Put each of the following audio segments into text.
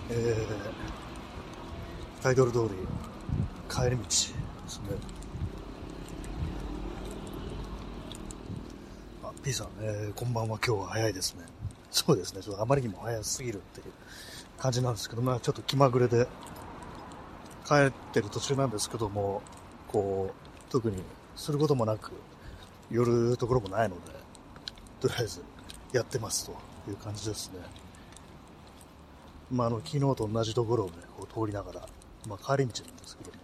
タイトル通り帰り道ですね。P さん、こんばんは。今日は早いですね。そうですね、ちょっとあまりにも早すぎるっていう感じなんですけど、ちょっと気まぐれで帰ってる途中なんですけども、特にすることもなく寄るところもないので、とりあえずやってますという感じですね。昨日と同じところをね、通りながら、帰り道なんですけども、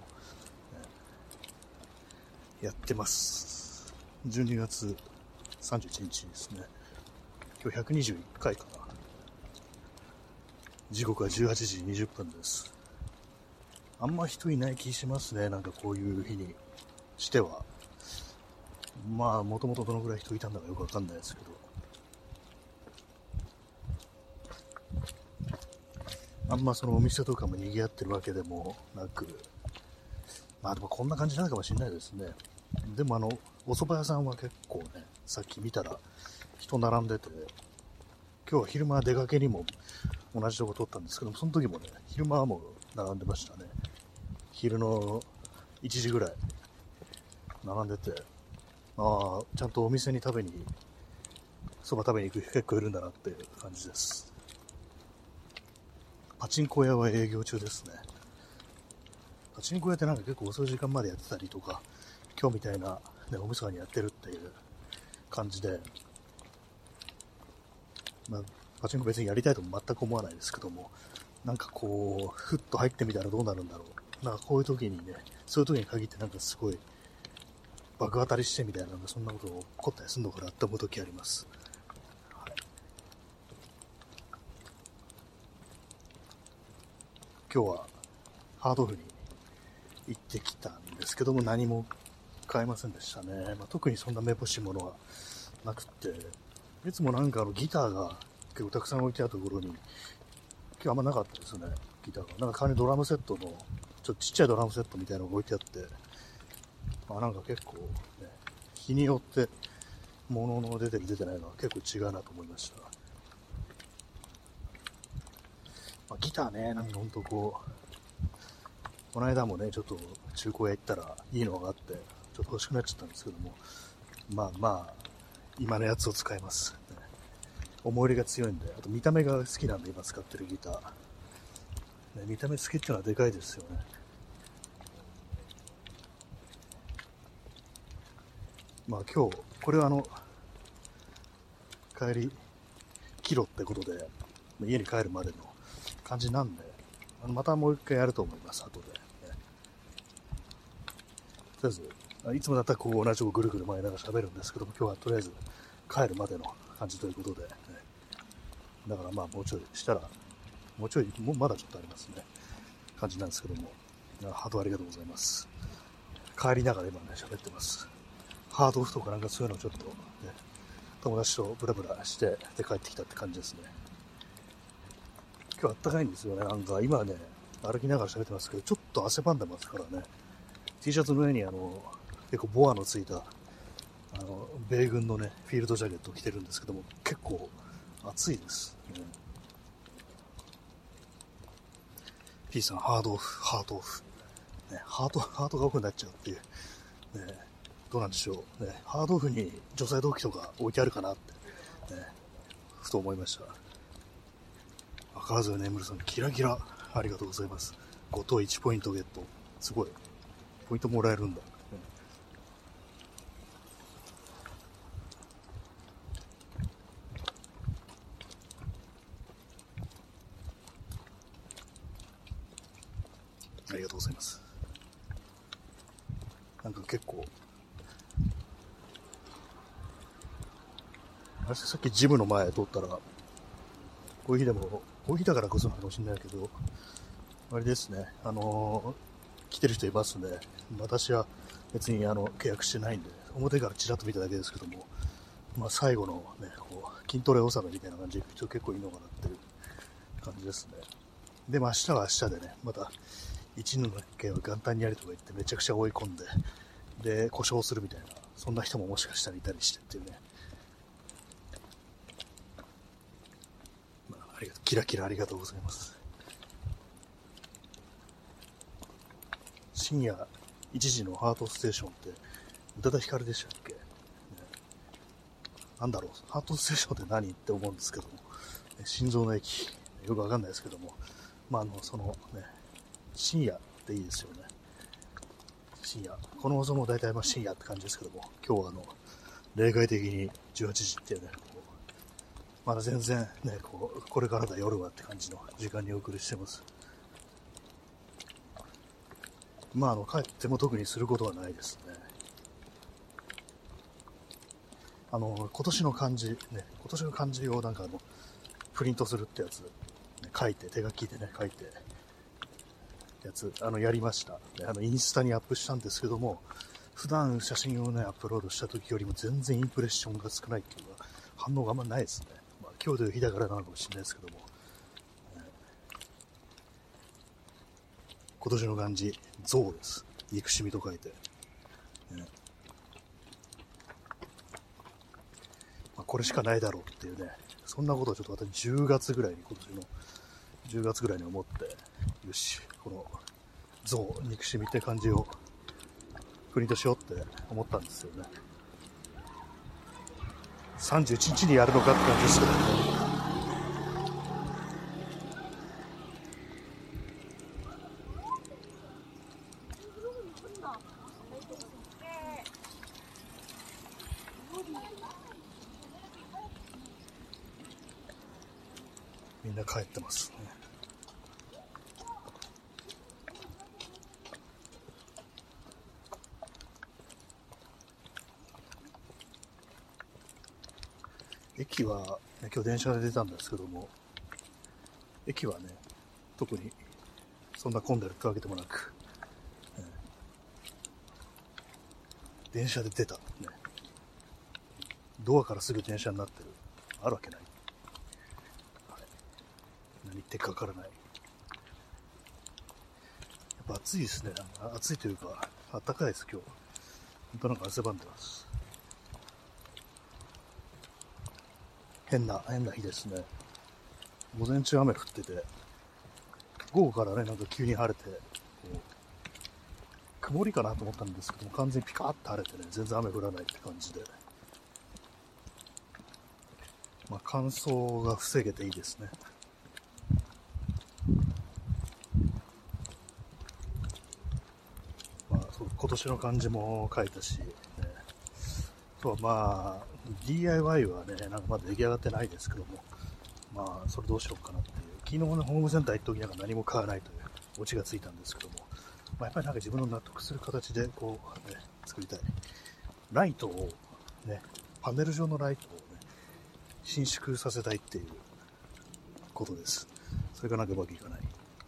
やってます。12月31日ですね。今日121回かな。時刻は18時20分です。あんま人いない気しますね。なんかこういう日にしては。もともとどのぐらい人いたんだかよくわかんないですけど。あんまそのお店とかも賑わってるわけでもなく、でもこんな感じなのかもしれないですね。でもお蕎麦屋さんは結構ね、さっき見たら人並んでて、今日は昼間出かけにも同じとこ通ったんですけども、その時もね、昼間はもう並んでましたね。昼の1時ぐらい並んでて、ちゃんとお店に蕎麦食べに行く人結構いるんだなっていう感じです。パチンコ屋は営業中ですね。パチンコ屋ってなんか結構遅い時間までやってたりとか、今日みたいな、ね、おみそかにやってるっていう感じで、パチンコ別にやりたいとも全く思わないですけども、なんかふっと入ってみたらどうなるんだろう。なんかこういう時にね、そういう時に限ってなんかすごい爆当たりしてみたいな、そんなこと起こったりするのかなって思う時あります。はい、今日はハードオフに行ってきたんですけども、何も買えませんでしたね。特にそんなめぼしいものはなくって、いつもなんかギターが結構たくさん置いてあるところに、今日あんまなかったですね、ギターが。なんか代わりにドラムセットの、ちょっとちっちゃいドラムセットみたいなのが置いてあって、なんか結構、ね、日によって物の出てる出てないのは結構違うなと思いました。ギターね、なんかほんとこの間もね、ちょっと中古屋行ったらいいのがあって、ちょっと欲しくなっちゃったんですけども、今のやつを使います。思い入れが強いんで、あと見た目が好きなんで今使ってるギター。見た目好きっていうのはでかいですよね。今日、これは帰り、キロってことで、家に帰るまでの感じなんで、またもう一回やると思います、後で。とりあえず、いつもだったら同じとこぐるぐる回りながら喋るんですけども、今日はとりあえず帰るまでの感じということで、だからもうちょいしたら、もうまだちょっとありますね、感じなんですけども、ハートありがとうございます。帰りながら今ね、喋ってます。ハードオフとかなんかそういうのをちょっと、ね、友達とブラブラしてで帰ってきたって感じですね。今日あったかいんですよね。なんか今ね、歩きながら喋ってますけど、ちょっと汗ばんでますからね。T シャツの上に結構ボアのついた米軍のねフィールドジャケットを着てるんですけども、結構暑いです、ね。P さんハートオフ、ね、ハートがオフになっちゃうっていう、ね、どうなんでしょう、ね、ハードオフに除細動器とか置いてあるかなって、ね、ふと思いました。赤ず眠るさん、キラキラありがとうございます。5等1ポイントゲット、すごいポイントもらえるんだ。ありがとうございます。なんか結構、さっきジムの前通ったら、コーヒーだからこそなのかもしれないけど、あれですね、来てる人いますね。私は別に契約してないんで、表からちらっと見ただけですけども、最後のね、筋トレ納めみたいな感じで結構いいのかなっていう感じですね。で、明日は明日でね、また一の件は元旦にやりとか言ってめちゃくちゃ追い込んで、で、故障するみたいな、そんな人ももしかしたらいたりしてっていうね。キラキラありがとうございます。 深夜1時のハートステーションって宇多田ヒカルでしたっけ、ね、なんだろう、ハートステーションって何って思うんですけども、心臓の駅、よくわかんないですけども、そのね、深夜っていいですよね。深夜。この放送も大体深夜って感じですけども、今日は例外的に18時っていうね、まだ全然ね、これからだ夜はって感じの時間にお送りしてます。帰っても特にすることはないですね。今年の漢字ね、今年の漢字をプリントするってやつ、ね、書いて、手書きでね、書いて、やつ、やりました。インスタにアップしたんですけども、普段写真をね、アップロードした時よりも全然インプレッションが少ないっていうか、反応があんまないですね。今日という日だからなのかもしれないですけども、今年の漢字、象です。憎しみと書いて。これしかないだろうっていうね、そんなことをちょっと私10月ぐらいに、今年の10月ぐらいに思って、よし、この象、憎しみって漢字をプリントしようって思ったんですよね。31日にやるのかって感じですけどね。みんな帰ってますね。駅は、ね、今日電車で出たんですけども、駅はね、特にそんな混んでるってわけでもなく、電車で出た、ね、ドアからすぐ電車になってる、あるわけない。何言ってかわからない。やっぱ暑いですね。暑いというか、暖かいです、今日。本当汗ばんでます。変な日ですね。午前中雨降ってて、午後からね、急に晴れて、曇りかなと思ったんですけども、完全にピカーッと晴れてね、全然雨降らないって感じで。乾燥が防げていいですね。今年の漢字も書いたし、ね、とはDIY はね、まだ出来上がってないですけども、それどうしようかなっていう。昨日のホームセンター行っときながら何も買わないというオチがついたんですけども、やっぱり自分の納得する形で作りたい。ライトをね、パネル状のライトをね、伸縮させたいっていうことです。それがうまくいかない。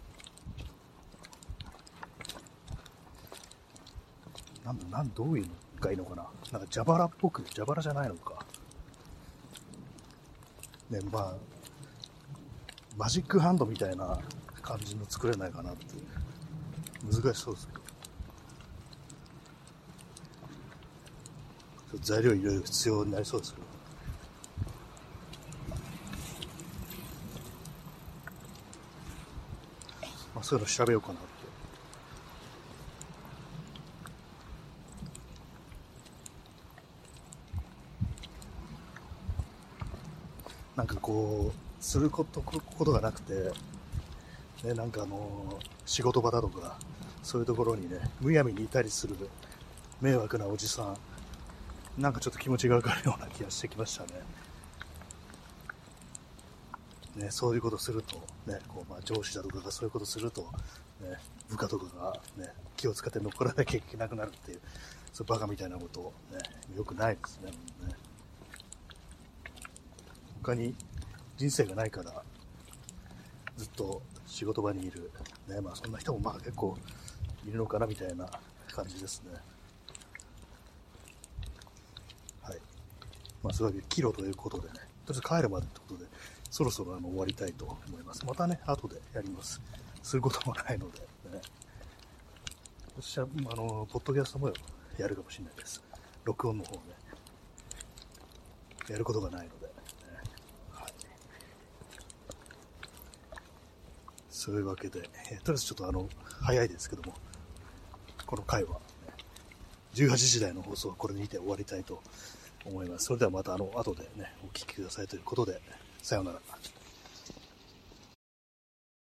どういうのがいいのかな。蛇腹っぽく、蛇腹じゃないのか。ね、マジックハンドみたいな感じの作れないかなっていう。難しそうですけど。材料いろいろ必要になりそうですけど。そういうの調べようかなって。することがなくて、ね、仕事場だとか、そういうところにね、むやみにいたりする迷惑なおじさん、ちょっと気持ちがわかるような気がしてきましたね。そういうことすると、ね、上司だとかがそういうことすると、ね、部下とかが、ね、気を使って残らなきゃいけなくなるっていう、そういうバカみたいなことを、ね、よくないですね。他に人生がないからずっと仕事場にいる、ね、そんな人も結構いるのかなみたいな感じですね。はい。そういうわけでキロということでね、とりあえず帰るまでということで、そろそろ終わりたいと思います。またね、後でやります。することもないので、ね。そしたら、ポッドキャストもやるかもしれないです。録音の方ね。やることがないので、ね。はい。そういうわけで、とりあえずちょっと早いですけども、 この回は、ね、18時台の放送はこれにて終わりたいと思います。それではまた後でね、お聞きくださいということで、さようなら。